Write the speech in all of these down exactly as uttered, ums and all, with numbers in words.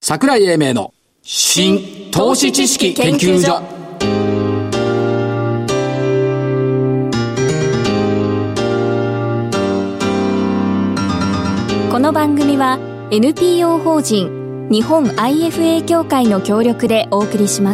櫻井英明の新投資知識研究所。 この番組は エヌピーオー 法人日本 アイエフエー 協会の協力でお送りします。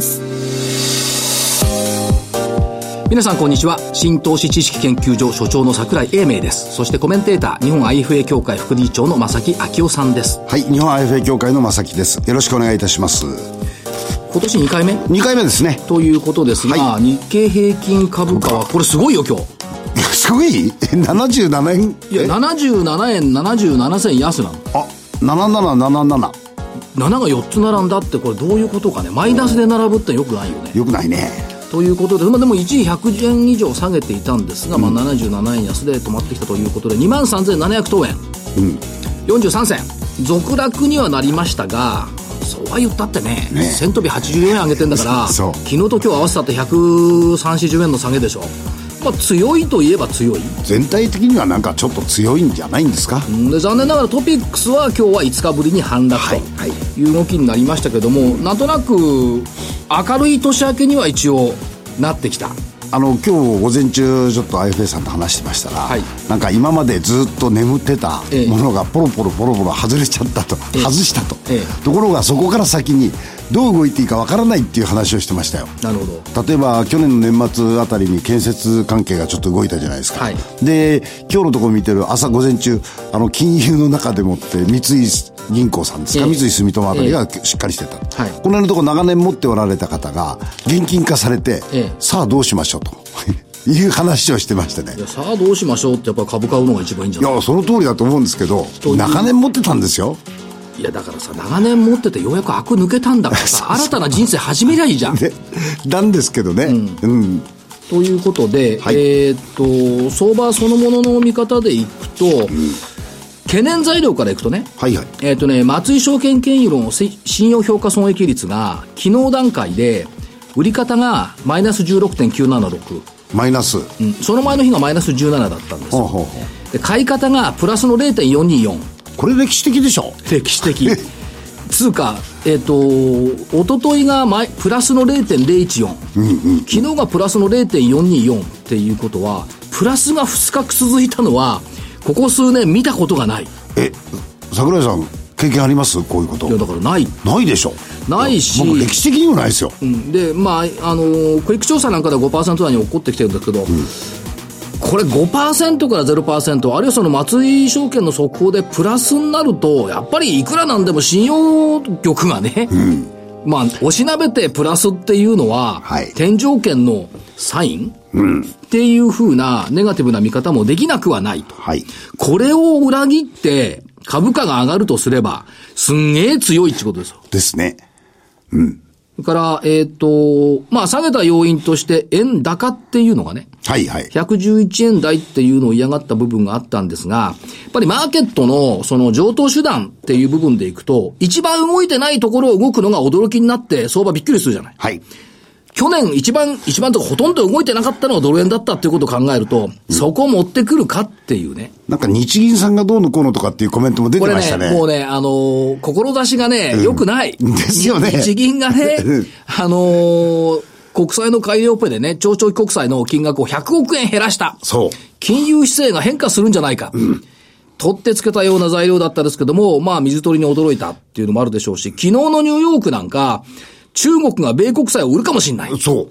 皆さんこんにちは。新投資知識研究所所長の櫻井英明です。そしてコメンテーター日本 アイエフエー 協会副理事長の正木昭夫さんです。 はい、日本 アイエフエー 協会の正木です。よろしくお願いいたします。 今年にかいめにかいめですねということですが、はい、日経平均株価はこれすごいよ今日。 すごいななじゅうななえん。 いやななじゅうななえんななじゅうななせん安なの。 あ、なななななななななながよっつ並んだって、これどういうことかね。マイナスで並ぶってよくないよね。 よくないね。 ということで、まあ、でも一時ひゃくえん以上下げていたんですが、まあ、ななじゅうななえん安で止まってきたということで にまんさんぜんななひゃくとおえん、うん、よんじゅうさんせん続落にはなりましたが、そうは言ったってね、ねせん飛びはちじゅうよえん上げてんだから昨日と今日合わせたってひゃくさんじゅう、よんじゅうえんの下げでしょ。まあ、強いといえば強い。 全体的にはなんかちょっと強いんじゃないんですか。 で残念ながらトピックスは今日はいつかぶりに反落という動きになりましたけども、はいはい、なんとなく明るい年明けには一応なってきた。 あの今日午前中ちょっと アイエフエー さんと話してましたら、はい、なんか今までずっと眠ってたものがポロポロポロポロ外れちゃったと、ええ、外したと、ええ、ところがそこから先にどう動いていいかわからないっていう話をしてましたよ。 なるほど。 例えば去年の年末あたりに建設関係がちょっと動いたじゃないですか、はい、で今日のところ見てる朝午前中、あの金融の中でもって三井銀行さんですか、ええ、三井住友あたりがしっかりしてた、ええ、はい、この辺のところ長年持っておられた方が現金化されて、ええ、さあどうしましょうという話をしてましたね。 いやさあどうしましょうって、やっぱり株買うのが一番いいんじゃない。 いやその通りだと思うんですけど、長年持ってたんですよ。 いやだからさ、長年持っててようやく悪抜けたんだからさ新たな人生始めりゃいいじゃん、ね、 なんですけどね、うんうん、 ということで、はい、えー、っと相場そのものの見方でいくと、うん、懸念材料からいくとね、はいはい、えー、っとね松井証券研究の信用評価損益率が昨日段階で売り方がマイナス じゅうろくてんきゅうななろく、 マイナス、 うん、その前の日がマイナスじゅうななだったんですよ。ほうほうほう。で買い方がプラスの れいてんよんにーよん。 これ歴史的でしょ。 歴史的つうか、えっ、ー、と一昨日がマイプラスの れいてんぜろいちよん、うんうん、昨日がプラスの れいてんよんにーよんっていうことは、プラスがふつか続いたのはここ数年見たことがない。 え、櫻井さん経験あります？こういうこと。 いやだからないないでしょ。 ないし、 もう歴史的にもないですよ、 うん、でまああのクイック調査なんかでは ごパーセント 台に起こってきてるんですけど、うん、これ ごパーセント から ゼロパーセント、 あるいはその松井証券の速報でプラスになると、やっぱりいくらなんでも信用力がね、うん、まあ押しなべてプラスっていうのは、はい、天井圏のサイン、うん、っていう風なネガティブな見方もできなくはないと、はい、これを裏切って株価が上がるとすればすんげえ強いってことですよ。 ですね。うん。 それから、えっと、まあ、下げた要因として、円高っていうのがね、はいはい。ひゃくじゅういちえん台っていうのを嫌がった部分があったんですが、やっぱりマーケットのその上等手段っていう部分でいくと、一番動いてないところを動くのが驚きになって、相場びっくりするじゃない。はい。去年一番、一番とかほとんど動いてなかったのがドル円だったっていうことを考えると、うん、そこを持ってくるかっていうね。 なんか日銀さんがどうのこうのとかっていうコメントも出てましたね。 これね、もうね、あのー、志がね、良、うん、くない。 ですよね。 日銀がね、あのー、国債の改良オペでね、超長期国債の金額をひゃくおくえん減らした。そう。金融姿勢が変化するんじゃないか。うん、取ってつけたような材料だったですけども、まあ水取りに驚いたっていうのもあるでしょうし、昨日のニューヨークなんか、中国が米国債を売るかもしれない。そう。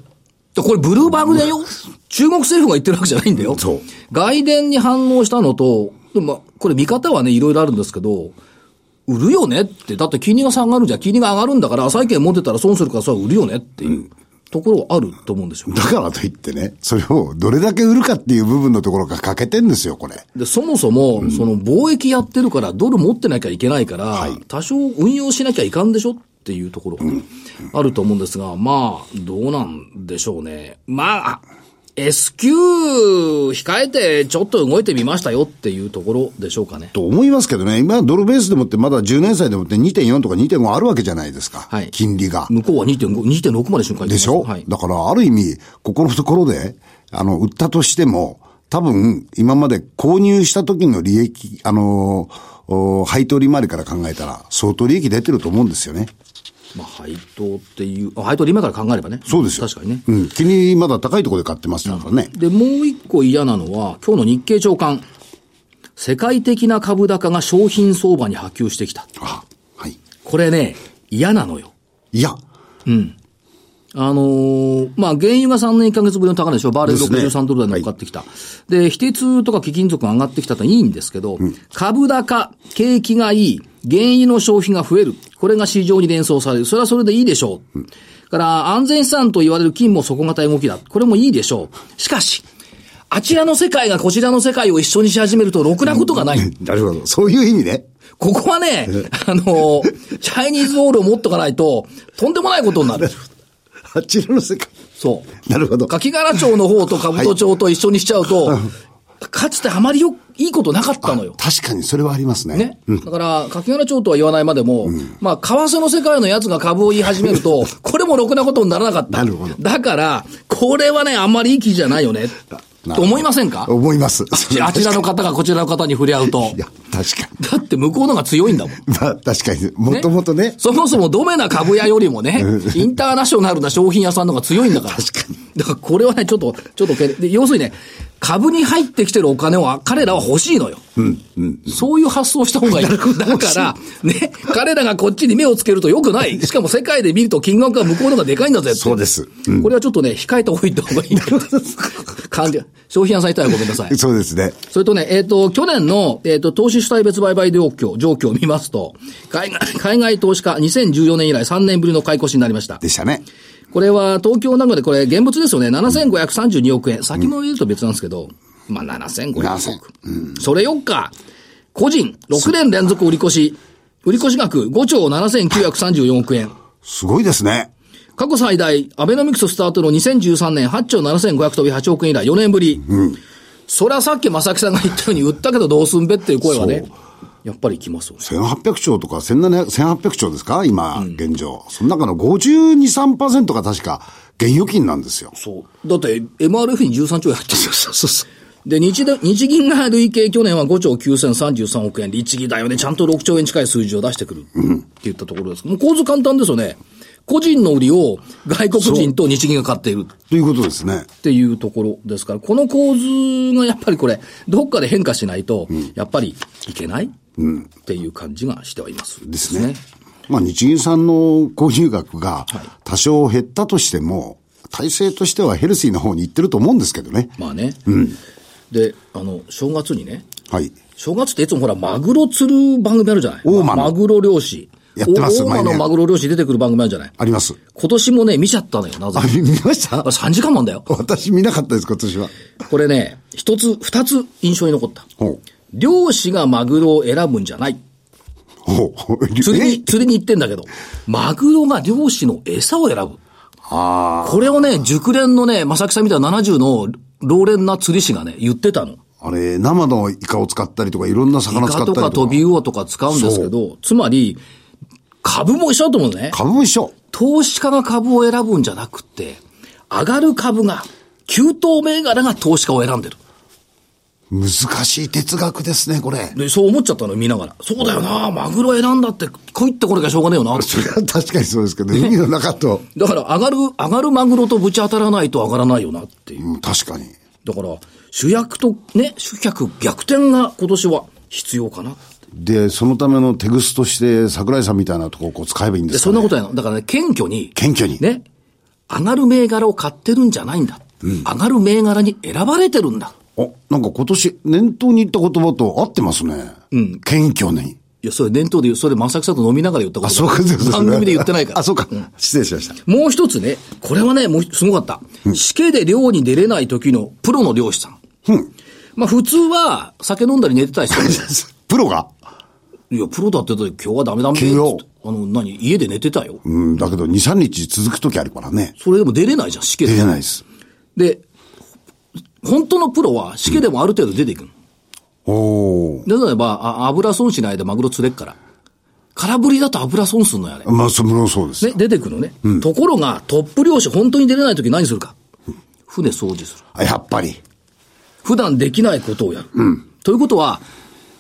これブルーバーグだよ。中国政府が言ってるわけじゃないんだよ。そう。外伝に反応したのと、まあ、これ見方はね、いろいろあるんですけど、売るよねって、だって金利が下がるんじゃ、金利が上がるんだから、債券持ってたら損するからそれは売るよねっていうところあると思うんですよ。 だからといってね、それをどれだけ売るかっていう部分のところが欠けてんですよ、これ。 で、そもそも、うん、その貿易やってるからドル持ってなきゃいけないから、はい、多少運用しなきゃいかんでしょっていうところがあると思うんですが、まあ、どうなんでしょうね。まあ、S q 控えてちょっと動いてみましたよっていうところでしょうかね。 と思いますけどね、今ドルベースでもってまだじゅうねん債でもって にてんよん とか にてんご あるわけじゃないですか。はい。金利が。 向こうは にてんご、にてんろく まで瞬間でしょ、はい、だからある意味、ここのところで、あの、売ったとしても、多分、今まで購入した時の利益、あのー、 配当利回りから考えたら相当利益出てると思うんですよね。 まあ、配当っていう、配当利回りから考えればね。 そうですよ。 確かにね。 うん。金利まだ高いところで買ってますからね。 で、もう一個嫌なのは、今日の日経長官。世界的な株高が商品相場に波及してきた。 あ、はい。これね、嫌なのよ。 いや。 うん。あのー、まあ、原油がさんねんいっかげつぶりの高値でしょ。バーレルろくじゅうさんドル台に乗っかってきた。で、ね、はい、非鉄とか貴金属が上がってきたといいんですけど、うん、株高、景気がいい、原油の消費が増える。これが市場に連想される。それはそれでいいでしょう。うん、から安全資産と言われる金も底堅い動きだ。これもいいでしょう。しかし、あちらの世界がこちらの世界を一緒にし始めるとろくなことがない。 なるほど。そういう意味ね。 ここはね、あの、チャイニーズウォールを持っとかないと、とんでもないことになる。 あちらの世界。 そう。 なるほど。 柿柄町の方と兜町と一緒にしちゃうと、はい、かつてあまりよ、いいことなかったのよ。 確かにそれはありますね。 ね。うん、だから、柿柄町とは言わないまでも、うん、まあ、為替の世界のやつが株を言い始めると、これもろくなことにならなかった。 なるほど。 だから、これはね、あんまりいい記事じゃないよね。と思いませんか？ 思います。 あちらの方がこちらの方に触れ合うと。 いや、確かに。 だって向こうのが強いんだもん。 まあ、確かに。もともとね。 そもそもドメな株屋よりもね、インターナショナルな商品屋さんの方が強いんだから。 確かに。 だからこれはね、ちょっと、ちょっと、で要するにね、株に入ってきてるお金を彼らは欲しいのよ。 うんうん、 そういう発想をした方がいい。だから、ね、彼らがこっちに目をつけると良くない。しかも世界で見ると金額が向こうの方がでかいんだぜって。 そうです。 うん、これはちょっとね、控えておいた方がいい。感じ。商品屋さんいたらごめんなさい。 そうですね。 それとね、えっ、ー、と、去年の、えっ、ー、と、投資主体別売買状況、状況を見ますと、海外、海外投資家にせんじゅうよねん以来さんねんぶりの買い越しになりました。 でしたね。 これは東京なんかでこれ現物ですよね。ななせんごひゃくさんじゅうにおくえん。先の言うと別なんですけど、うん、まあななせんごひゃくおく。うん、それよっか。個人、ろくねん連続売り越し。売り越し額ごちょうななせんきゅうひゃくさんじゅうよんおくえん。 すごいですね。 過去最大、アベノミクススタートのにせんじゅうさんねんはちちょうななせんごひゃくとびはちおくえん以来よねんぶり。うん。それはさっき正木さんが言ったように売ったけどどうすんべっていう声はね。やっぱり来ますよね。 せんはっぴゃくちょうとかせんはっぴゃくちょうですか今、うん、現状。その中のごじゅうに、さんパーセント が確か現預金なんですよ。 そう。だって エムアールエフ にじゅうさんちょうやってる。 そうそうそう。 で、日、日銀が累計去年はごちょうきゅうせんさんじゅうさんおくえん。日銀だよね。ちゃんとろくちょうえん近い数字を出してくる。うん。って言ったところです。もう構図簡単ですよね。個人の売りを外国人と日銀が買っている。 ということですね。 っていうところですから、この構図がやっぱりこれ、どっかで変化しないと、やっぱりいけない、うん、っていう感じがしてはいます。 ですね。まあ日銀さんの購入額が多少減ったとしても、体制としてはヘルシーな方に行ってると思うんですけどね。 まあね。うん。で、あの、正月にね。 はい。 正月っていつもほら、マグロ釣る番組あるじゃない。 大間の。 マグロ漁師。 やってます。 大間のマグロ漁師出てくる番組あるじゃない。 あります。 今年もね、見ちゃったのよ、なぜ。 あ、見ました？ さんじかんもんだよ。 私見なかったです、今年は。 これね、一つ、二つ印象に残った。 ほう。 漁師がマグロを選ぶんじゃない。 ほう。 釣りに、釣りに行ってんだけど、マグロが漁師の餌を選ぶ。 ああ。 これをね、熟練のね、正木さんみたいなななじゅうの老練な釣り師がね、言ってたの。 あれ、生のイカを使ったりとか、いろんな魚使ったりとか。 イカとかトビウオとか使うんですけど、つまり、株も一緒だと思うね。 株も一緒。 投資家が株を選ぶんじゃなくて、上がる株が、急騰銘柄が投資家を選んでる。 難しい哲学ですね、これ。 で、そう思っちゃったの、見ながら。そうだよな、マグロ選んだって、こういってこれがしょうがねえよな。 それは確かにそうですけど、ね、海の中と。 だから、上がる、上がるマグロとぶち当たらないと上がらないよなっていう。 うん、確かに。 だから、主役とね、主客逆転が今年は必要かな。 で、そのための手ぐすとして、桜井さんみたいなとこをこう使えばいいんですかね。 そんなことやの。だからね、謙虚に。 謙虚に。 ね。上がる銘柄を買ってるんじゃないんだ。うん、上がる銘柄に選ばれてるんだ。 あ、なんか今年、念頭に言った言葉と合ってますね。うん。謙虚に。 いや、それ念頭で言う、それ正木さんと飲みながら言ったこと。 あ、そうか、そうか。 番組で言ってないから。 あ、そうか。うん、失礼しました。 もう一つね、これはね、もうすごかった。うん、死刑で漁に出れない時のプロの漁師さん。うん。まあ普通は酒飲んだり寝てたりしてる。 プロがいや、プロだって言ったら今日はダメダメ休養。 あの、何家で寝てたよ。 うん、だけどに、さんにち続く時あるからね。 それでも出れないじゃん、死刑で。 出れないです。 で、本当のプロは死刑でもある程度出ていくの。 うん、おー。例えば、あ、油損しないでマグロ釣れっから。空振りだと油損すんのよ、あれ。 まあ、それもそうです。 ね、出てくのね。うん、ところが、トップ漁師本当に出れない時何するか。うん、船掃除する。 あ、やっぱり。 普段できないことをやる。うん。ということは、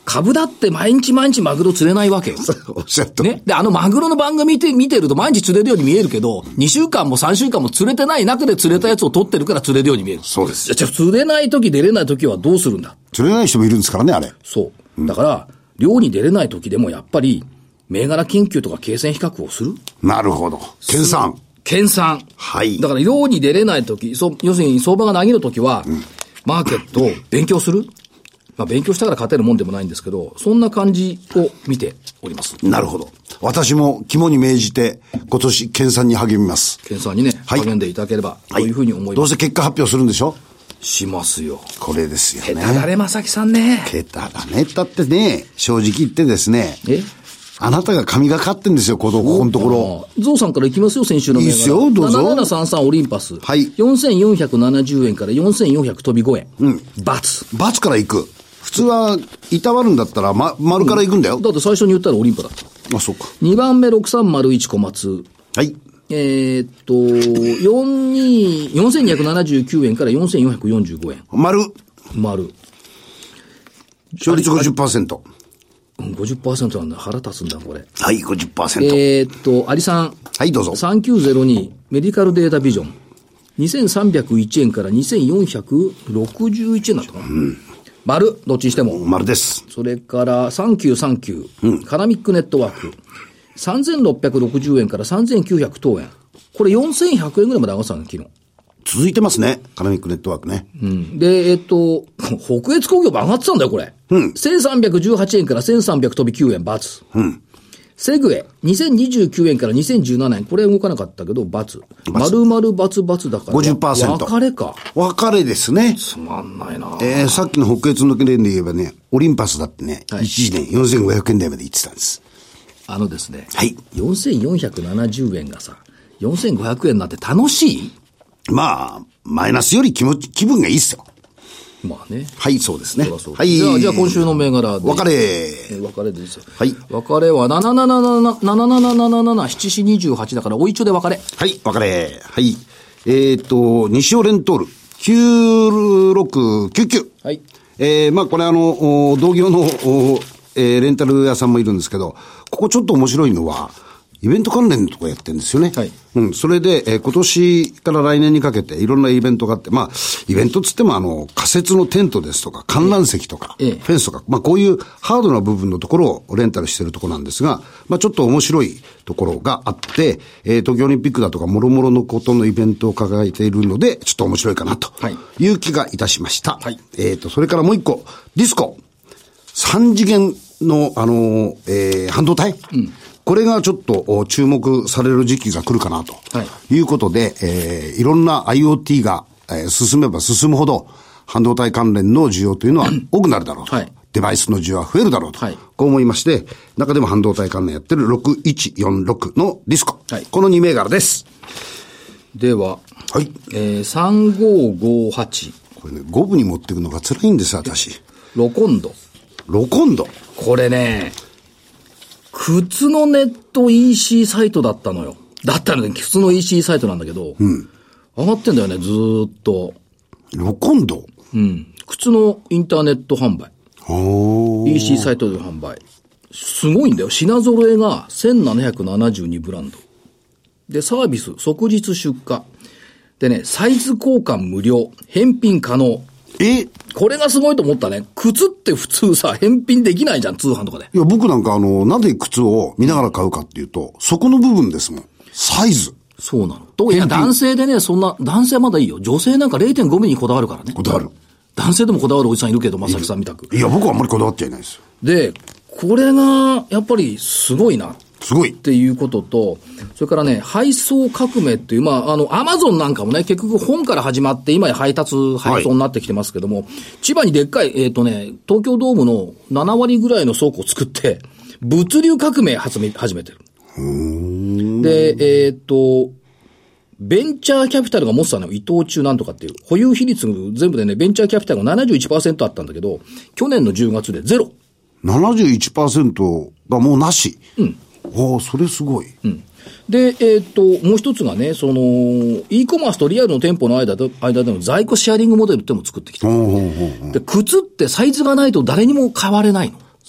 株だって毎日毎日マグロ釣れないわけよ。 おっしゃると。 ね。で、あのマグロの番組見て、見てると毎日釣れるように見えるけど、にしゅうかんもさんしゅうかんも釣れてない中で釣れたやつを取ってるから釣れるように見える。 そうです。 じゃあ釣れない時出れない時はどうするんだ。 釣れない人もいるんですからね、あれ。 そう。だから、漁に出れない時でもやっぱり、銘柄研究とか経線比較をする。 なるほど。研鑽。 研鑽。 はい。 だから漁に出れない時、そ要するに相場がなぎる時は、うん、マーケットを勉強する。まあ、勉強したから勝てるもんでもないんですけど、そんな感じを見ております。 なるほど。私も肝に銘じて、今年、研鑽に励みます。 研鑽にね、はい、励んでいただければ、というふうに思います、はい。 どうせ結果発表するんでしょ？ しますよ。 これですよね。 ケタだね、まさきさんね。 ケタだね。だってね、正直言ってですね。 えあなたが神がかってんですよ、この、ここのところ。 ゾウさんから行きますよ、先週の銘柄。 いいですよ、どうぞ。 ななななさんさんオリンパス。 はい。 よんせんよんひゃくななじゅうえんからよんせんよんひゃく飛びごえん。 うん。 ×。 ×から行く。普通は、いたわるんだったら、ま、丸から行くんだよ、うん。 だって最初に言ったらオリンパだった。 あ、そうか。 にばんめろくさんまるいち小松。 はい。 えー、っと、よんに、よんせんにひゃくななじゅうきゅうえんからよんせんよんひゃくよんじゅうごえん。 丸。 丸。 勝率 ごじゅっパーセント。 ごじゅっパーセント なんだ。腹立つんだ、これ。 はい、ごじゅっパーセント。 えー、っと、アリさん。 はい、どうぞ。 さんきゅうゼロに、メディカルデータビジョン。にせんさんびゃくいちえんからにせんよんひゃくろくじゅういちえんだったかな。うん。丸、どっちにしても。 丸です。 それから、さんきゅうさんきゅう、うん、カナミックネットワーク。さんぜんろっぴゃくろくじゅうえんからさんぜんきゅうひゃくとうえん。これよんせんひゃくえんぐらいまで上がってたの、昨日。 続いてますね。カナミックネットワークね。 うん。で、えっと、北越工業も上がってたんだよ、これ。 うん。 せんさんびゃくじゅうはちえんからせんさんびゃく飛びきゅうえん、×。 うん。 セグエ、にせんにじゅうきゅうえんからにせんじゅうななえん。これ動かなかったけど、×。丸々××だから。 ごじゅっパーセント。 別れか。 別れですね。 つまんないな。 えー、さっきの北越の件で言えばね、オリンパスだってね、はい、一時年よんせんごひゃくえん台まで行ってたんです。 あのですね。 はい。 よんせんよんひゃくななじゅうえんがさ、よんせんごひゃくえんなんて楽しい？ まあ、マイナスより気持ち、気分がいいっすよ。 まあね。 はい、そうですね。 そうはい。じゃあ、じゃあ今週の銘柄で。 別れ。 えー、別れですよ。 はい。 別れはななななななななななななななななななにじゅうはちだから、お一丁で別れ。 はい、別れ。はい。えっと、西尾レントール、きゅうろくきゅうきゅう。 はい。 えー、まあこれあの、同業の、えー、レンタル屋さんもいるんですけど、ここちょっと面白いのは、イベント関連のとこやってるんですよね。 はい。 うん。それで、えー、今年から来年にかけていろんなイベントがあって、まあ、イベントつってもあの、仮設のテントですとか、観覧席とか、 ええ、 フェンスとか、まあこういうハードな部分のところをレンタルしてるところなんですが、まあちょっと面白いところがあって、えー、東京オリンピックだとか、もろもろのことのイベントを抱えているので、ちょっと面白いかなという気がいたしました。 はい。 えっと、それからもう一個、ディスコ。三次元の、あの、えー、半導体。うん。これがちょっと注目される時期が来るかなと。はい。いうことで、えー、いろんな IoT が、えー、進めば進むほど、半導体関連の需要というのは多くなるだろうと。はい。デバイスの需要は増えるだろうと。はい。こう思いまして、中でも半導体関連やってるろくいちよんろくのディスコ。はい。このに銘柄です。 では、 はい。 えー、さんごごはち。 これね、ご部に持っていくのが辛いんです、私。 ロコンド。 ロコンド。 これね、靴のネット イーシー サイトだったのよ。だったのね、靴の イーシー サイトなんだけど、うん。上がってんだよね、ずーっと。 ロコンド？ うん。靴のインターネット販売。 おー。 イーシー サイトで販売。すごいんだよ。品揃えがせんななひゃくななじゅうにブランド。で、サービス、即日出荷。でね、サイズ交換無料。返品可能。 え？ これがすごいと思ったね。靴って普通さ、返品できないじゃん、通販とかで。 いや、僕なんかあの、なぜ靴を見ながら買うかっていうと、そこの部分ですもん。サイズ。 そうなの。と、いや、男性でね、そんな、男性はまだいいよ。女性なんか れいてんごミリにこだわるからね。 こだわる。 男性でもこだわるおじさんいるけど、まさきさんみたく。 いや、僕はあんまりこだわっちゃいないですよ。 で、これが、やっぱりすごいな。 すごい。 っていうことと、それからね、配送革命っていう、まあ、あの、アマゾンなんかもね、結局本から始まって、今や配達、配送になってきてますけども、はい、千葉にでっかい、えっとね、東京ドームのななわりぐらいの倉庫を作って、物流革命始め、始めてる。で、えっと、ベンチャーキャピタルが持ってたのよ。伊藤忠なんとかっていう。保有比率全部でね、ベンチャーキャピタルが ななじゅういちパーセント あったんだけど、去年のじゅうがつでゼロ。 ななじゅういちパーセント がもうなし。 うん。 ああ、それすごい。 うん。で、えっと、もう一つがね、その、e コマースとリアルの店舗の間で、間での在庫シェアリングモデルってのも作ってきた。で、靴ってサイズがないと誰にも買われないの。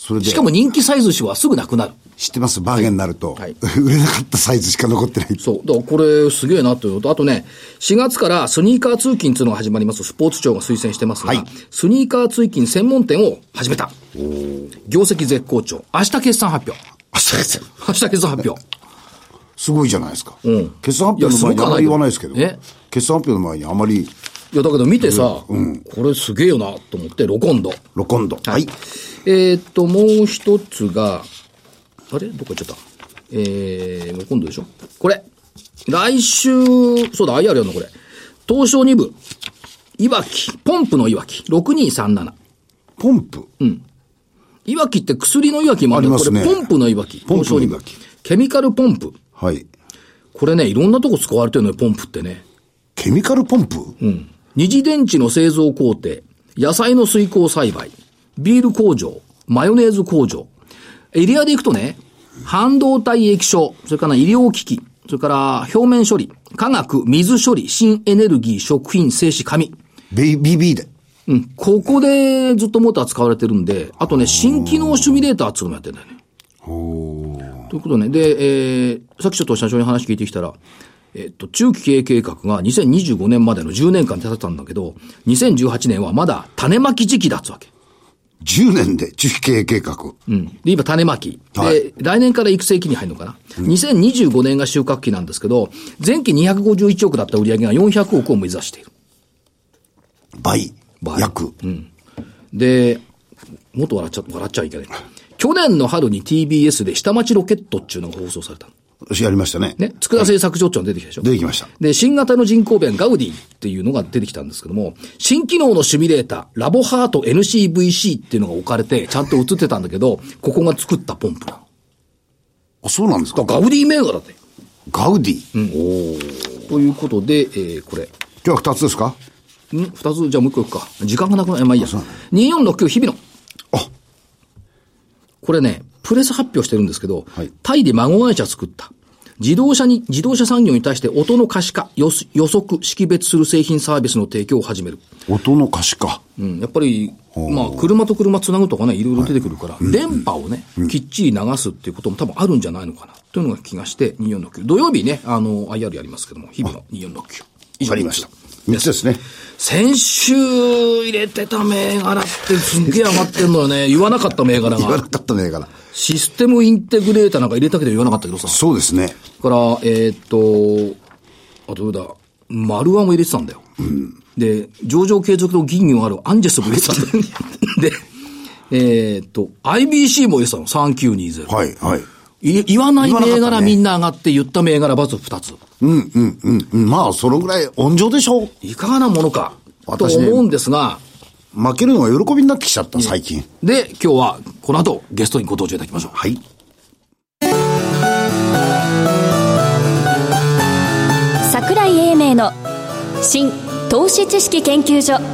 それで。 しかも人気サイズ紙はすぐなくなる。 知ってます？バーゲンになると、はい、売れなかったサイズしか残ってない。 そう。だからこれすげえなというのと、あとね、しがつからスニーカー通勤っていうのが始まります。スポーツ庁が推薦してますが、はい、スニーカー通勤専門店を始めた。業績絶好調。明日決算発表。 明日決算明日決算発表。 すごいじゃないですか。 うん。 決算発表の前にあまり言わないですけど。え決算発表の前にあまり。 いや、だけど見てさ、うん、これすげえよなと思って、ロコンド。 ロコンド。はい。 えー、っと、もう一つが、あれどこ行っちゃったえー、今度でしょこれ。来週、そうだ、アイアール やるのこれ。東証に部、いわき、ポンプのいわき、ろくにさんなな。 ポンプうん。いわきって薬のいわきもあるんだけど、これポンプのいわき。 ポンプのいわき。 ケミカルポンプ。 はい。 これね、いろんなとこ使われてるのよ、ポンプってね。 ケミカルポンプ？ うん。二次電池の製造工程、野菜の水耕栽培、ビール工場、マヨネーズ工場。エリアで行くとね、半導体液晶、それから医療機器、それから表面処理、化学、水処理、新エネルギー、食品、製紙、紙。 ビービー で。 うん。ここでずっとモーター使われてるんで、あとね、新機能シミュレーターっていうのもやってるんだよね。 ほー。 ということね。で、えー、さっきちょっと社長に話聞いてきたら、えっと、中期経営計画がにせんにじゅうごねんまでのじゅうねんかん立てたんだけど、にせんじゅうはちねんはまだ種まき時期だっつわけ。 じゅうねんで中期経営計画。 うん。で、今種まき。で、 はい、 来年から育成期に入るのかな、うん。にせんにじゅうごねんが収穫期なんですけど、前期にひゃくごじゅういちおくだった売上がよんひゃくおくを目指している。 倍。 倍。 約。 うん。で、もっと笑っちゃ、笑っちゃいけない。去年の春に ティービーエス で下町ロケットっていうのが放送されたの。 やりましたね。 ね。佃製作所っていうのが出てきたでしょ。 出てきました。 で、新型の人工弁ガウディっていうのが出てきたんですけども、新機能のシミュレーター、ラボハート エヌシーブイシー っていうのが置かれて、ちゃんと映ってたんだけど、ここが作ったポンプなの。 あ、そうなんですか。 ガウディ銘柄だって。 ガウディ。 うん。おー。ということで、えー、これ。 今日は二つですか？ ん二つ、じゃあもう一個いくか。時間がなくなる。まあいいや。にーよんろくきゅう日比野。 あ。 これね、プレス発表してるんですけど、 はい、 タイで孫会社作った。自動車に、自動車産業に対して音の可視化、予測、識別する製品サービスの提供を始める。 音の可視化。 うん。やっぱり、まあ、車と車つなぐとかね、いろいろ出てくるから、はい、電波をね、うん、きっちり流すっていうことも多分あるんじゃないのかな、というのが気がして、にーよんろくきゅう。土曜日ね、あの、アイアール やりますけども、日々のにーよんろくきゅう。 わかりました。みっつですね。 先週入れてた銘柄ってすんげえ上がってんのよね。言わなかった銘柄が。 言わなかった銘柄。 システムインテグレーターなんか入れたけど言わなかったけどさ。 そうですね。 から、えー、っと、あとどうだ、マルワも入れてたんだよ。 うん、 で、上場継続の銀業あるアンジェスも入れてたんだよ。で、えー、っと、アイビーシー も入れてたの。さんきゅうにゼロ。 はい、はい。 言わない銘柄みんな上がって言った銘柄バツふたつ。 うん、うん、うん。まあ、そのぐらい温情でしょう。 いかがなものか。と思うんですが、 負けるのが喜びになってきちゃった、最近。 で、今日は、この後、ゲストにご登場いただきましょう。 はい。 櫻井英明の新投資知識研究所。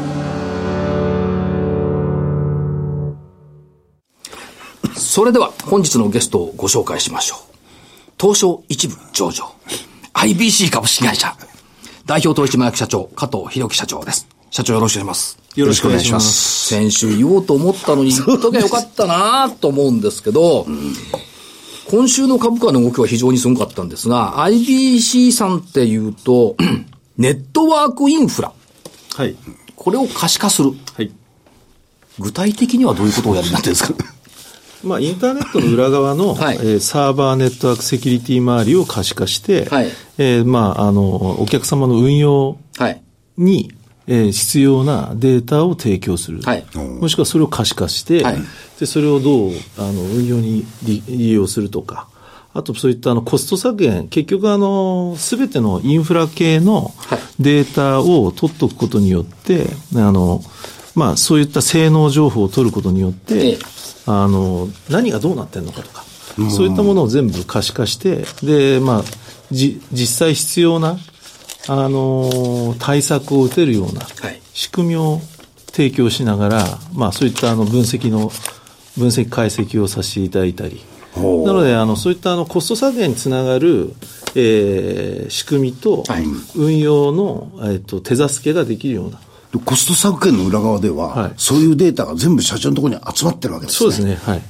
それでは、本日のゲストをご紹介しましょう。東証一部上場、アイビーシー 株式会社、代表取締役社長、加藤博樹社長です。社長よろしくお願いします。 よろしくお願いします。 先週言おうと思ったのに言っときゃよかったなと思うんですけど、うん、今週の株価の動きは非常にすごかったんですが、アイビーシー さんっていうと、ネットワークインフラ。 はい。 これを可視化する。 はい。 具体的にはどういうことをやるんだってんですか？ まあ、インターネットの裏側の、はい、えー、サーバーネットワークセキュリティ周りを可視化して、はい、えー、まあ、あの、お客様の運用に、はい、えー、必要なデータを提供する。はい、もしくはそれを可視化して、はい、で、それをどう、あの、運用に 利, 利用するとか、あとそういったあのコスト削減、結局あの、すべてのインフラ系のデータを取っておくことによって、あの、まあ、そういった性能情報を取ることによって、ええ、あの、何がどうなってんのかとか、うん、そういったものを全部可視化して、で、まあ、じ、実際必要な、あの、対策を打てるような仕組みを提供しながら、まあ、そういったあの、分析の、分析解析をさせていただいたり、なので、あの、そういったあの、コスト削減につながる、えー、仕組みと、運用の、えっと、手助けができるような、 コスト削減の裏側では、はい、そういうデータが全部社長のところに集まってるわけですね。 そうですね。はい。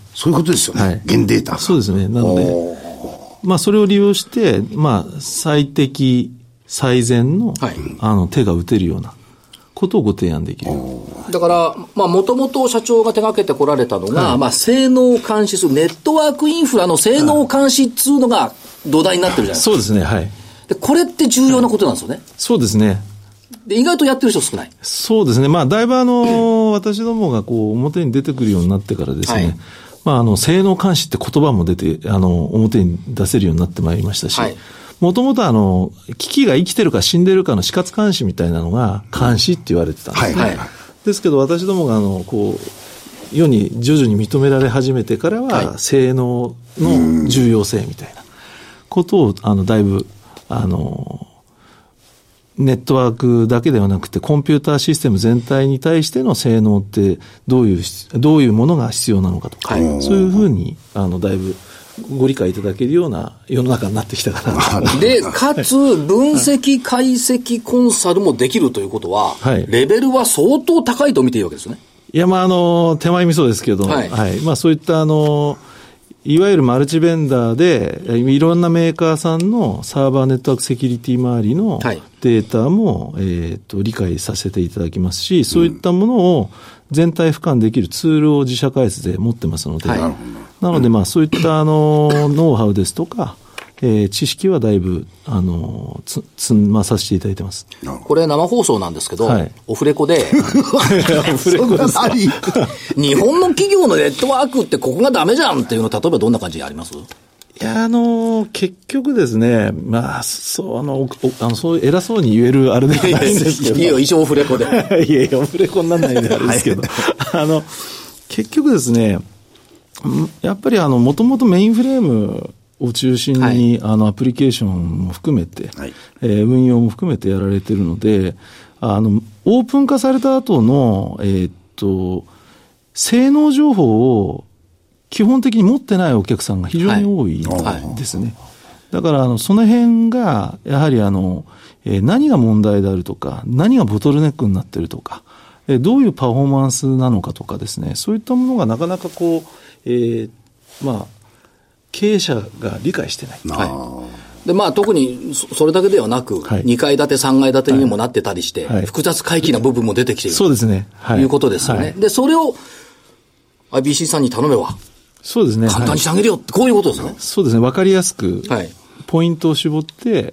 そういうことですよね。はい、現データ。 そうですね。なので、まあ、それを利用して、まあ、最適、最善の、はい、あの、手が打てるようなことをご提案できる。 だから、まあ、もともと社長が手掛けてこられたのが、はい、まあ、性能を監視する、ネットワークインフラの性能を監視っていうのが土台になってるじゃないですか。 そうですね、はい。 で、これって重要なことなんですよね。はい、 そうですね。 で、意外とやってる人少ない。 そうですね。まあ、だいぶあの、私どもがこう、表に出てくるようになってからですね、はい、まあ、あの、性能監視って言葉も出て、あの、表に出せるようになってまいりましたし、もともとあの、機器が生きてるか死んでるかの死活監視みたいなのが監視って言われてたんですね。はいはい、ですけど、私どもがあの、こう、世に徐々に認められ始めてからは、はい、性能の重要性みたいなことを、あの、だいぶ、あの、ネットワークだけではなくてコンピューターシステム全体に対しての性能ってどういうどういうものが必要なのかとか、はい、そういうふうにあのだいぶご理解いただけるような世の中になってきたかなと。 でかつ分析解析コンサルもできるということは、はい、レベルは相当高いと見ていいわけですね。 いや、まああの手前味噌ですけど、はいはい、まあそういったあのいわゆるマルチベンダーでいろんなメーカーさんのサーバーネットワークセキュリティ周りのデータも、はい、えー、と理解させていただきますし、そういったものを全体俯瞰できるツールを自社開発で持ってますので、はい、なのでまあそういったあのノウハウですとか、えー、知識はだいぶあのつ積まさせていただいてます。 これ生放送なんですけど、はい、オフレコでオフレコですか日本の企業のネットワークってここがダメじゃんっていうの、例えばどんな感じにあります？ いや、あの結局ですね、まあそうあのあのそう偉そうに言えるあれではないんですけど、 いいよ一応オフレコでいやいやオフレコにならないんであれですけど、あの結局ですね、やっぱりあの元々メインフレームを中心に、はい、あのアプリケーションも含めて、はい、えー、運用も含めてやられているので、あのオープン化された後のえー、っと性能情報を基本的に持ってないお客さんが非常に多いですね。はい、だからあのその辺がやはりあの、えー、何が問題であるとか、何がボトルネックになっているとか、えー、どういうパフォーマンスなのかとかですね、そういったものがなかなかこう、えー、まあ経営者が理解してない。 はい、でまあ、特にそれだけではなく、はい、にかい建てさんがい建てにもなってたりして、はい、複雑回帰な部分も出てきている、 そうですね、 はい、ということですよね。はい、でそれを アイビーシー さんに頼めばそうですね、 簡単にしてあげるよって、こういうことですね。はい、 そうですね、分かりやすくポイントを絞って、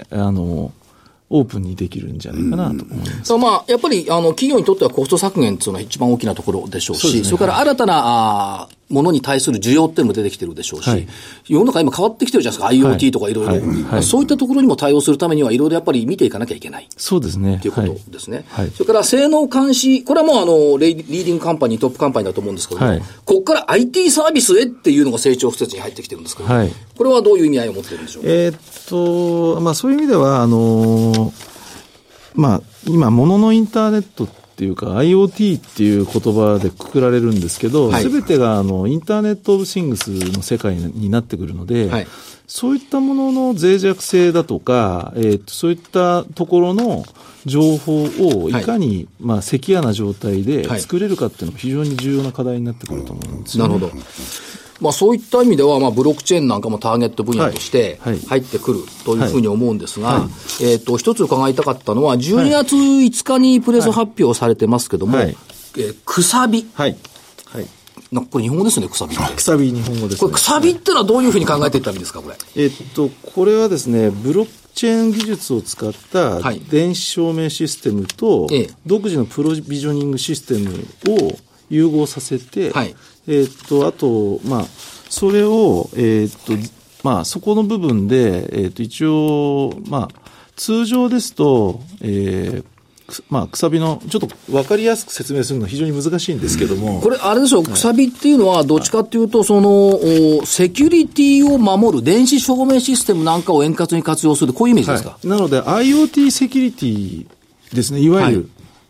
あのオープンにできるんじゃないかなと思います。 うん、まあ、やっぱりあの企業にとってはコスト削減っていうのは一番大きなところでしょうし、そ, う、ね、それから新たな、はい、ものに対する需要っていうのも出てきてるでしょうし、はい、世の中今変わってきてるじゃないですか、 アイオーティー とかいろいろ、そういったところにも対応するためにはいろいろやっぱり見ていかなきゃいけない。 そうですね。 ということですね。はいはい、それから性能監視、これはもうあのリーディングカンパニー、トップカンパニーだと思うんですけども、はい、ここから アイティー サービスへっていうのが成長不説に入ってきてるんですけど、はい、これはどういう意味合いを持ってるんでしょうか。 えー、っと、まあそういう意味では、あのー、まあ、今、もののインターネットっていうか アイオーティー っていう言葉でくくられるんですけど、すべ、はい、てがあのインターネットオブシングスの世界になってくるので、はい、そういったものの脆弱性だとか、えー、そういったところの情報をいかに、はい、まあ、セキュアな状態で作れるかっていうのも非常に重要な課題になってくると思うんですよね。 なるほど。まあ、そういった意味では、まあ、ブロックチェーンなんかもターゲット分野として入ってくるというふうに思うんですが、はいはい、えっと、一つ伺いたかったのは、じゅうにがついつかにプレス発表されてますけども、はい、えー、くさび。はい。はい。なんかこれ日本語ですね、くさびって。 くさび日本語ですね。 これくさびってのはどういうふうに考えていったらいいんですか、これ。 えっと、これはですね、ブロックチェーン技術を使った電子証明システムと、独自のプロビジョニングシステムを融合させて、はい、えっと、あと、まあ、それを、えっと、まあ、そこの部分で、えっと、一応、まあ、通常ですと、えー、まあ、くさびの、ちょっと分かりやすく説明するのは非常に難しいんですけども。 これ、あれでしょう、くさびっていうのは、どっちかっていうと、その、セキュリティを守る電子証明システムなんかを円滑に活用する、こういうイメージですか。 はい、なので、アイオーティー セキュリティですね、いわゆる。はい、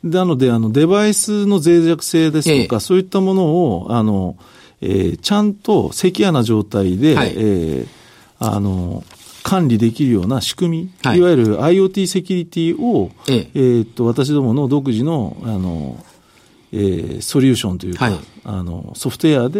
なので、あの、デバイスの脆弱性ですとか、ええ、そういったものを、あの、えー、ちゃんとセキュアな状態で、はい、えー、あの、管理できるような仕組み、はい、いわゆる アイオーティー セキュリティを、えええー、っと、私どもの独自の、あの、えー、ソリューションというか、はい、あの、ソフトウェアで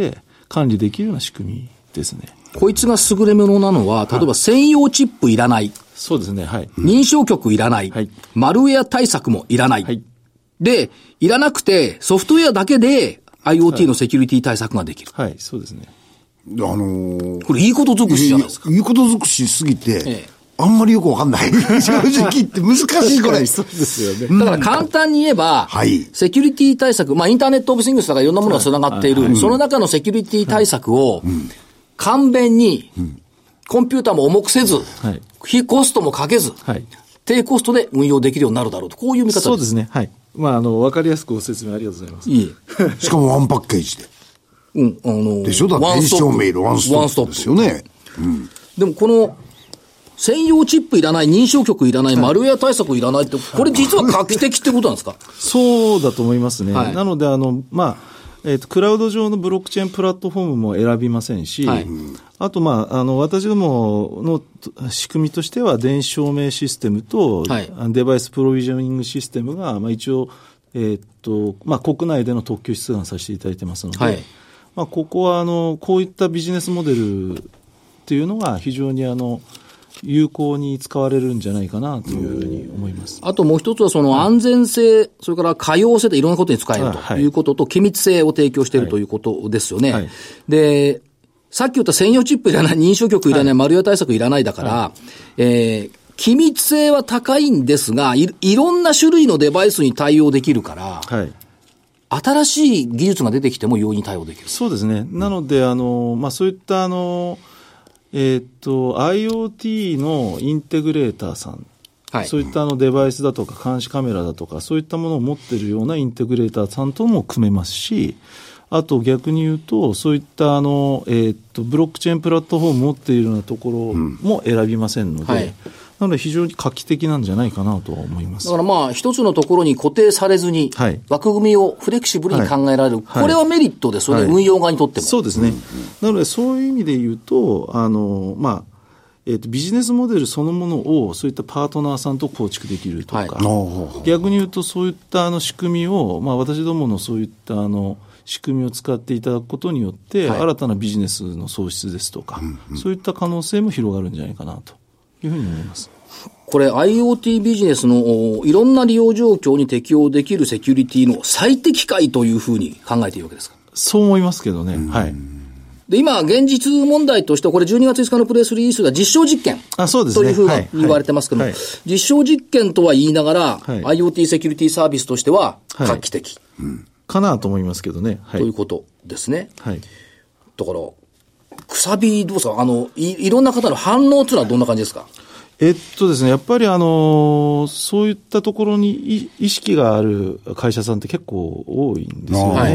管理できるような仕組みですね。 こいつが優れものなのは、例えば専用チップいらない。 そうですね。はい。 認証局いらない。 はい。 マルウェア対策もいらない。はい。で、いらなくて、ソフトウェアだけで IoT のセキュリティ対策ができる。 はい、はい、そうですね。 あのー、 これいいこと尽くしじゃないですか。 いいこと尽くしすぎて、ええ、あんまりよくわかんない。正直言って難しいこれ。 そうですよね。 だから簡単に言えば、 はい、 セキュリティ対策、まあインターネットオブシングスとかいろんなものが繋がっている、はいはい、その中のセキュリティ対策を、簡便に、コンピューターも重くせず、はい、非コストもかけず、はい、低コストで運用できるようになるだろうと、こういう見方です。 そうですね。はい。まあ、あの、わかりやすくご説明ありがとうございます。 いいしかもワンパッケージで。 うん、あの、 でしょだって電子証明のワンストップですよね。 うん。でもこの、専用チップいらない、認証局いらない、はい、マルウェア対策いらないって、これ実は画期的ってことなんですか？ そうだと思いますね。 はい、 なので、あの、まあ、えっと、クラウド上のブロックチェーンプラットフォームも選びませんし、はい、あと、まあ、あの、私どもの仕組みとしては、電子証明システムと、はい、デバイスプロビジョニングシステムが、まあ、一応、えっと、まあ、国内での特許出願させていただいてますので、はい、まあ、ここは、あの、こういったビジネスモデルっていうのが非常に、あの、有効に使われるんじゃないかなというふうに思います。 あともう一つはその安全性、はい、それから可用性でいろんなことに使えるということと、はい、機密性を提供しているということですよね。はい、で、さっき言った専用チップいらない、認証局いらない、はい、マルウェア対策いらないだから、はい、えー、機密性は高いんですがい、いろんな種類のデバイスに対応できるから、はい、新しい技術が出てきても容易に対応できる。 そうですね。なので、あの、まあ、そういったあの、えー、っと IoT のインテグレーターさん、はい、そういったあのデバイスだとか監視カメラだとかそういったものを持っているようなインテグレーターさんとも組めますし、あと逆に言うとそういったあの、えー、っとブロックチェーンプラットフォームを持っているようなところも選びませんので、うん、はい、なので非常に画期的なんじゃないかなと思います。 だからまあ一つのところに固定されずに、はい、枠組みをフレキシブルに考えられる、はい、これはメリットで、それ運用側にとっても、はい、 そうですね、うん、なのでそういう意味で言うとあのまあえーと、ビジネスモデルそのものをそういったパートナーさんと構築できるとか、はい、逆に言うとそういったあの仕組みを、まあ、私どものそういったあの仕組みを使っていただくことによって、はい、新たなビジネスの創出ですとか、うんうん、そういった可能性も広がるんじゃないかなというふうに思います。 これ IoT ビジネスのいろんな利用状況に適用できるセキュリティの最適解というふうに考えているわけですか？ そう思いますけどね、はい。 で、今、現実問題としては、これじゅうにがついつかのプレスリリースが実証実験。 あ、そうですね。 というふうに言われてますけども、はいはい、実証実験とは言いながら、はい、IoT セキュリティサービスとしては画期的。 はい、うん、かなと思いますけどね。 はい、ということですね。 はい。 だから、くさびどうですか？あの、い、いろんな方の反応というのはどんな感じですか？ えっとですね、やっぱりあの、そういったところに意識がある会社さんって結構多いんですよね。はい、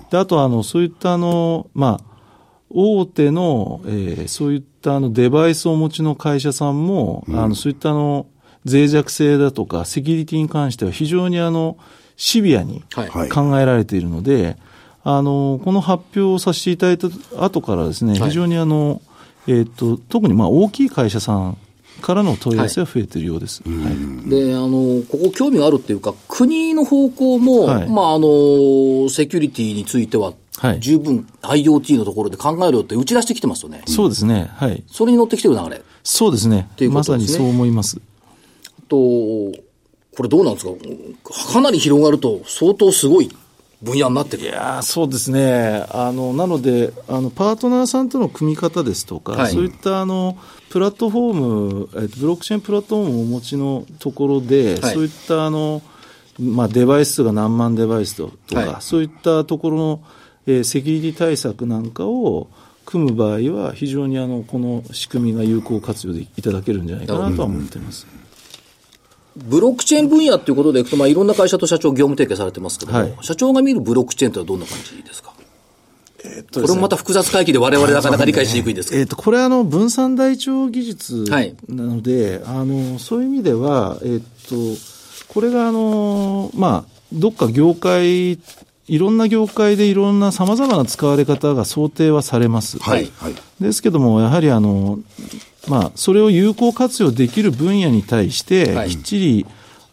で、あとあの、そういったあの、まあ、大手の、えー、そういったあのデバイスをお持ちの会社さんも、うん、あのそういったあの脆弱性だとかセキュリティに関しては非常にあのシビアに考えられているので、はい、あのこの発表をさせていただいた後からですね、非常にあの、えー、と特にまあ大きい会社さんからの問い合わせが増えているようです。はいはい、 で、あの、ここ興味があるっていうか、国の方向も、はい、まあ、あの、セキュリティについては、はい、十分 IoT のところで考えるよって打ち出してきてますよね。 そうですね。はい。 それに乗ってきてる流れ。 そうですね。っていうことですね。まさにそう思います。 と、これどうなんですか？かなり広がると相当すごい分野になってる。 いやそうですね。あの、なので、あの、パートナーさんとの組み方ですとか、はい、そういったあの、プラットフォーム、えっと、ブロックチェーンプラットフォームをお持ちのところで、はい、そういったあの、まあ、デバイス数が何万デバイスとか、はい、そういったところの、えー、セキュリティ対策なんかを組む場合は、非常にあの、この仕組みが有効活用でいただけるんじゃないかなとは思っています。 ブロックチェーン分野ということでいくと、まあ、いろんな会社と社長業務提携されてますけども、はい、社長が見るブロックチェーンというのはどんな感じですか？えーっとですね、これもまた複雑回帰で我々なかなか理解しにくいんですけど、 えーっとこれはあの分散台帳技術なので、はい、あのそういう意味では、えーっとこれがあの、まあ、どっか業界いろんな業界でいろんな様々な使われ方が想定はされます。 はいはい、 ですけどもやはりあのまあ、それを有効活用できる分野に対して、はい、きっちり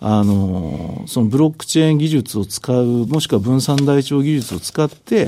あの、そのブロックチェーン技術を使う、もしくは分散台帳技術を使って、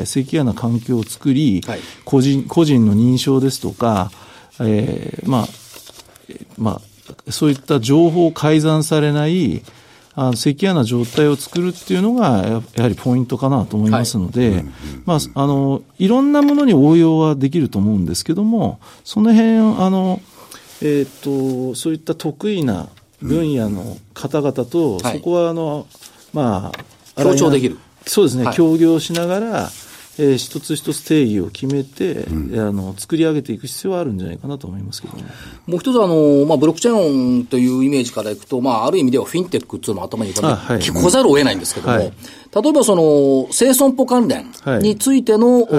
セキュアな環境を作り、はい、個人、個人の認証ですとか、えー、まあ、まあ、そういった情報を改ざんされない、あのセキュアな状態を作るっていうのが、やはりポイントかなと思いますので、はい、まあ、あの、いろんなものに応用はできると思うんですけども、その辺、あの、えっと、そういった得意な分野の方々と、そこはあの、まあ、 協調できる。 そうですね、はい、協業しながら、えー、一つ一つ定義を決めて、うん、あの作り上げていく必要はあるんじゃないかなと思いますけどね。 もう一つあの、まあ、ブロックチェーンというイメージからいくと、まあ、ある意味ではフィンテックっていうのも頭に浮かんで、はい、聞こざるを得ないんですけども、はい、例えばその生損保関連についての、はい、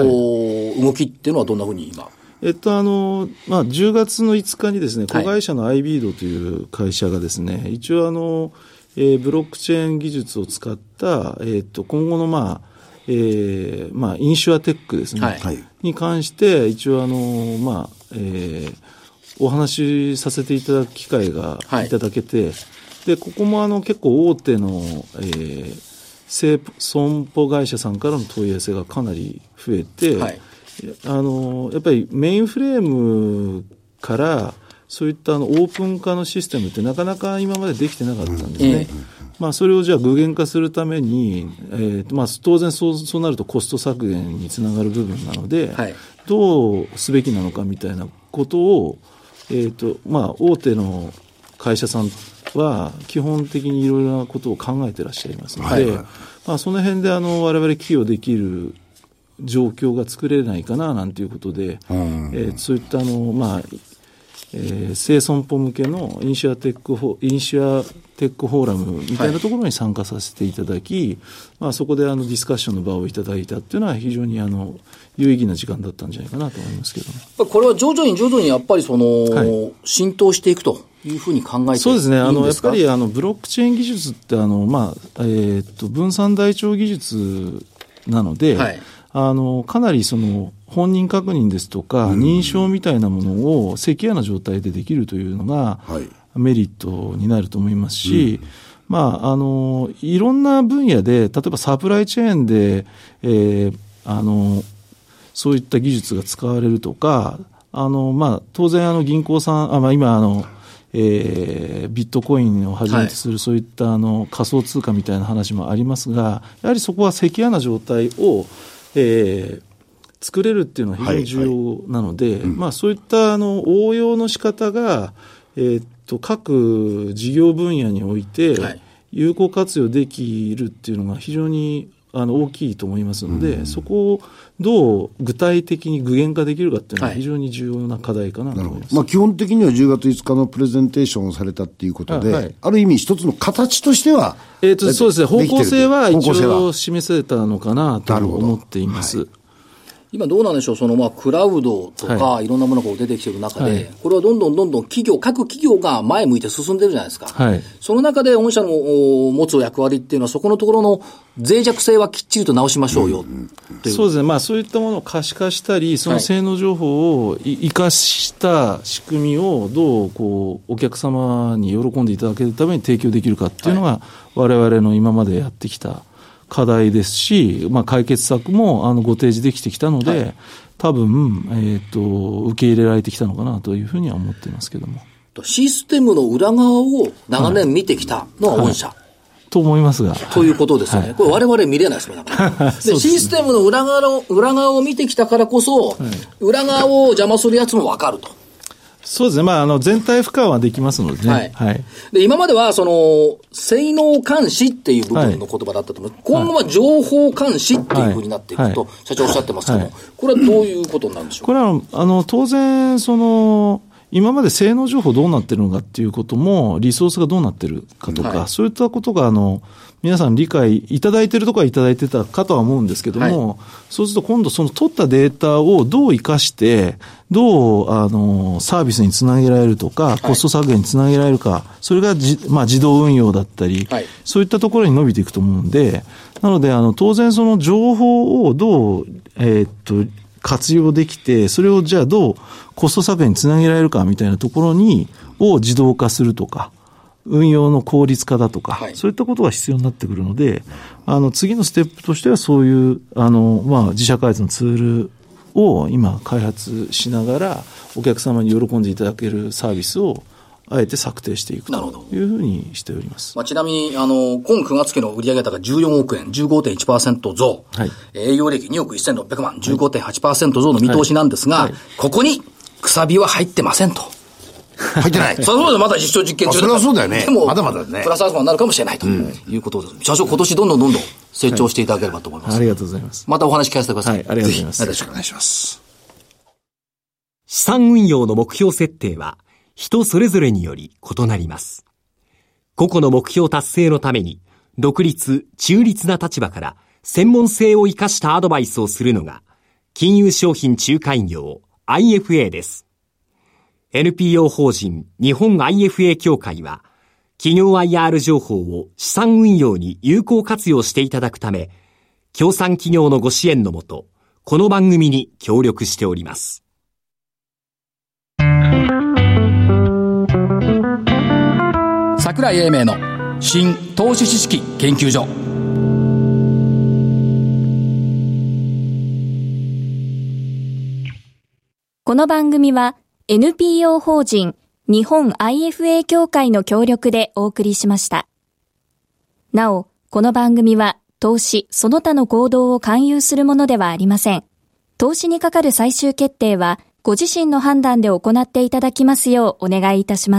動きっていうのはどんなふうに今えっと、あの、まあ、じゅうがつのいつかにですね、子会社の アイビード という会社がですね、はい、一応あの、えー、ブロックチェーン技術を使った、えっと、今後のまあ、えー、まあ、インシュアテックですね、はい、に関して、一応あの、まあ、えー、お話しさせていただく機会がいただけて、はい、で、ここもあの、結構大手の、えー、生損保会社さんからの問い合わせがかなり増えて、はい、あのやっぱりメインフレームからそういったあのオープン化のシステムってなかなか今までできてなかったんですね、うん、まあ、それをじゃあ具現化するために、えーまあ、当然そう、そうなるとコスト削減につながる部分なので、はい、どうすべきなのかみたいなことを、えーとまあ、大手の会社さんは基本的にいろいろなことを考えてらっしゃいますので、はいはい、まあ、その辺であの我々寄与できる状況が作れないかななんていうことで、うん、えー、そういったあの、まあえー、生損保向けのインシュアテックフォインシュアテックフォーラムみたいなところに参加させていただき、はい、まあ、そこであのディスカッションの場をいただいたっていうのは非常にあの有意義な時間だったんじゃないかなと思いますけど、ね、 これは徐々に徐々にやっぱりその、はい、浸透していくというふうに考えていいんですか？ そうですね。あのやっぱりあのブロックチェーン技術ってあの、まあえー、っと分散台帳技術なので、はい、あのかなりその本人確認ですとか認証みたいなものをセキュアな状態でできるというのがメリットになると思いますし、うん、まあ、あのいろんな分野で例えばサプライチェーンで、えー、あのそういった技術が使われるとか、あの、まあ、当然あの銀行さん、あ、まあ、今あのえー、ビットコインをはじめとするそういったあの仮想通貨みたいな話もありますが、やはりそこはセキュアな状態を、えー、作れるっていうのは非常に重要なので、はいはい、うん、まあ、そういったあの応用の仕方が、えー、っと各事業分野において有効活用できるっていうのが非常にあの大きいと思いますので、うん、そこをどう具体的に具現化できるかっていうのは非常に重要な課題かなと思います。 はい、まあ、基本的にはじゅうがついつかのプレゼンテーションをされたっていうことで、はい、ある意味一つの形としては、 えー、とそうですね、方向性は一応示せたのかなと思っています。 今どうなんでしょう、そのまあクラウドとかいろんなものが出てきている中で、はい、これはどんどんどんどん企業、各企業が前向いて進んでるじゃないですか。はい、その中で御社の持つ役割っていうのは、そこのところの脆弱性はきっちりと直しましょうよ、うん、 という。そうですね。まあそういったものを可視化したり、その性能情報を生かした仕組みをどうこうお客様に喜んでいただけるために提供できるかっていうのが、我々の今までやってきた課題ですし、まあ、解決策もあのご提示できてきたので、はい、多分、えーと、受け入れられてきたのかなというふうには思っていますけども。 システムの裏側を長年見てきたのは御社、はいはい、 と思いますが。 ということですよね。はい、これ我々見れないですもんね。で、システムの裏側を、裏側を見てきたからこそ、はい、裏側を邪魔するやつも分かると。 そうですね。まあ、あの、全体俯瞰はできますのでね。はい。はい。 で、今までは、その、性能監視っていう部分の言葉だったと思う。はい、今後は情報監視っていうふうになっていくと、はい、社長おっしゃってますけども、はい、これはどういうことになるんでしょうか。 これは、あの、当然、その、今まで性能情報どうなってるのかっていうことも、リソースがどうなってるかとか、はい、そういったことが、あの、皆さん理解いただいているところはいただいてたかとは思うんですけども、はい、そうすると今度その取ったデータをどう生かして、どう、あの、サービスにつなげられるとか、はい、コスト削減につなげられるか、それがじ、まあ、自動運用だったり、はい、そういったところに伸びていくと思うんで、なので、あの、当然その情報をどう、えー、っと、活用できて、それをじゃあどうコスト削減につなげられるかみたいなところに、を自動化するとか、 運用の効率化だとか、 はい、 そういったことが必要になってくるので、あの、次のステップとしてはそういう、あの、まあ、自社開発のツールを今開発しながら、お客様に喜んでいただけるサービスを、あえて策定していくというふうにしております。 まあ、ちなみに、あの、今くがつ期の売上高じゅうよんおくえん、じゅうごてんいちパーセント 増、はい、営業利益におくせんろっぴゃくまん、じゅうごてんはちパーセント 増の見通しなんですが、はいはい、ここに、くさびは入ってませんと。 入ってない。 それはまだ実証実験中だ。 それはそうだよね。 でも、 まだまだね。 プラスアルファになるかもしれないということです。うん、社長、今年どんどんどんどん成長していただければと思います。 はい、ありがとうございます。 またお話聞かせてください。 はい、ありがとうございます。 よろしくお願いします。 資産運用の目標設定は、人それぞれにより異なります。個々の目標達成のために、独立、中立な立場から専門性を生かしたアドバイスをするのが、金融商品仲介業 アイエフエー です。エヌピーオー 法人日本 アイエフエー 協会は、企業 アイアール 情報を資産運用に有効活用していただくため、協賛企業のご支援のもと、この番組に協力しております。 櫻井英明の新投資知識研究所。 この番組は エヌピーオー 法人日本 アイエフエー 協会の協力でお送りしました。なお、この番組は投資その他の行動を勧誘するものではありません。投資にかかる最終決定はご自身の判断で行っていただきますようお願いいたします。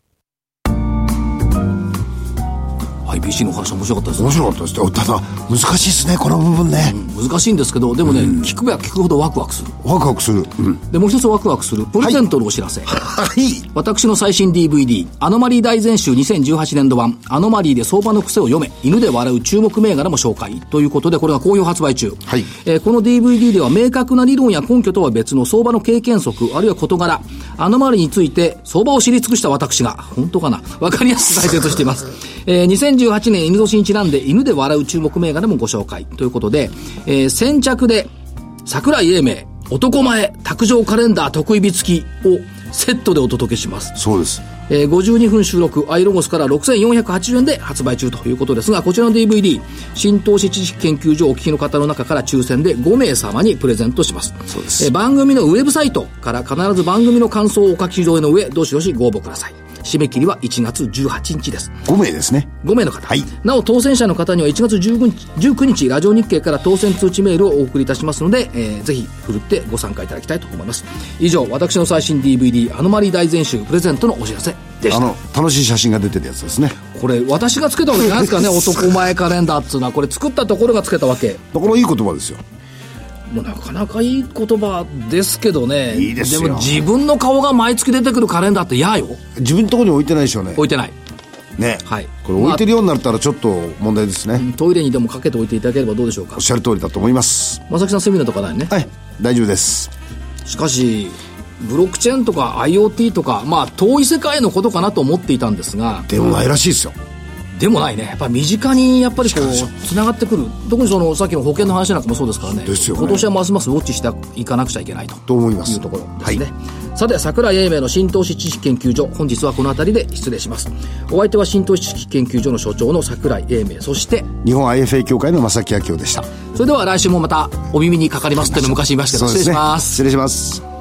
アイビーシー の話面白かったですね。 面白かったです。ただ難しいですね、この部分ね、 うん、難しいんですけど、でもね、うん、聞くば聞くほどワクワクする。 ワクワクする、うん、 でもう一つワクワクするプレゼントのお知らせ。 はい、 私の最新 ディーブイディー アノマリー大全集にせんじゅうはちねんど版アノマリーで相場の癖を読め、犬で笑う注目銘柄も紹介ということで、これが好評発売中、 はい、 えー、この ディーブイディー では明確な理論や根拠とは別の相場の経験則あるいは事柄、アノマリーについて相場を知り尽くした私が本当かな分かりやすく解説しています。えー、にせんじゅうはちねん犬年にちなんで犬で笑う注目銘柄もご紹介ということで、えー、先着で櫻井英明男前卓上カレンダー得意日付きをセットでお届けします。 そうです。 えー、ごじゅうにふん収録アイロゴスからろくせんよんひゃくはちじゅうえんで発売中ということですが、こちらの ディーブイディー 新投資知識研究所をお聞きの方の中から抽選でごめい様にプレゼントします。 そうです。 えー、番組のウェブサイトから必ず番組の感想をお書き添えの上、どしどしご応募ください。締め切りはいちがつじゅうはちにちです。 ごめいですね。 ごめいの方、 はい、 なお当選者の方にはいちがつじゅうくにちラジオ日経から当選通知メールをお送りいたしますので、えー、ぜひふるってご参加いただきたいと思います。以上、私の最新 ディーブイディー アノマリー大全集プレゼントのお知らせでした。 あの楽しい写真が出てるやつですね。 これ私がつけたわけじゃないですかね。男前カレンダーっていうのはこれ作ったところがつけたわけだから、いい言葉ですよ。 もうなかなかいい言葉ですけどね。 いいですよ。 でも自分の顔が毎月出てくるカレンダーって嫌よ。 自分のところに置いてないでしょうね。 置いてないね。 はい、 これ置いてるようになったらちょっと問題ですね、 うん、トイレにでもかけておいていただければどうでしょうか。 おっしゃる通りだと思います。 正木さん、そういう意味のとかないね。 はい、大丈夫です。 しかしブロックチェーンとか IoT とか、まあ遠い世界のことかなと思っていたんですが、 でもないらしいですよ。 でもないね。やっぱり身近にやっぱりこうつながってくる。特にそのさっきの保険の話なんかもそうですからね。 ですよね。 今年はますますウォッチしていかなくちゃいけないとと思います。 いうところですね。はい、さて、櫻井英明の新投資知識研究所、本日はこの辺りで失礼します。お相手は新投資知識研究所の所長の櫻井英明、そして日本 アイエフエー 協会の正木明夫でした。 それでは来週もまたお耳にかかりますっていうの昔言いましたけど、 そうですね、 失礼します。 失礼します。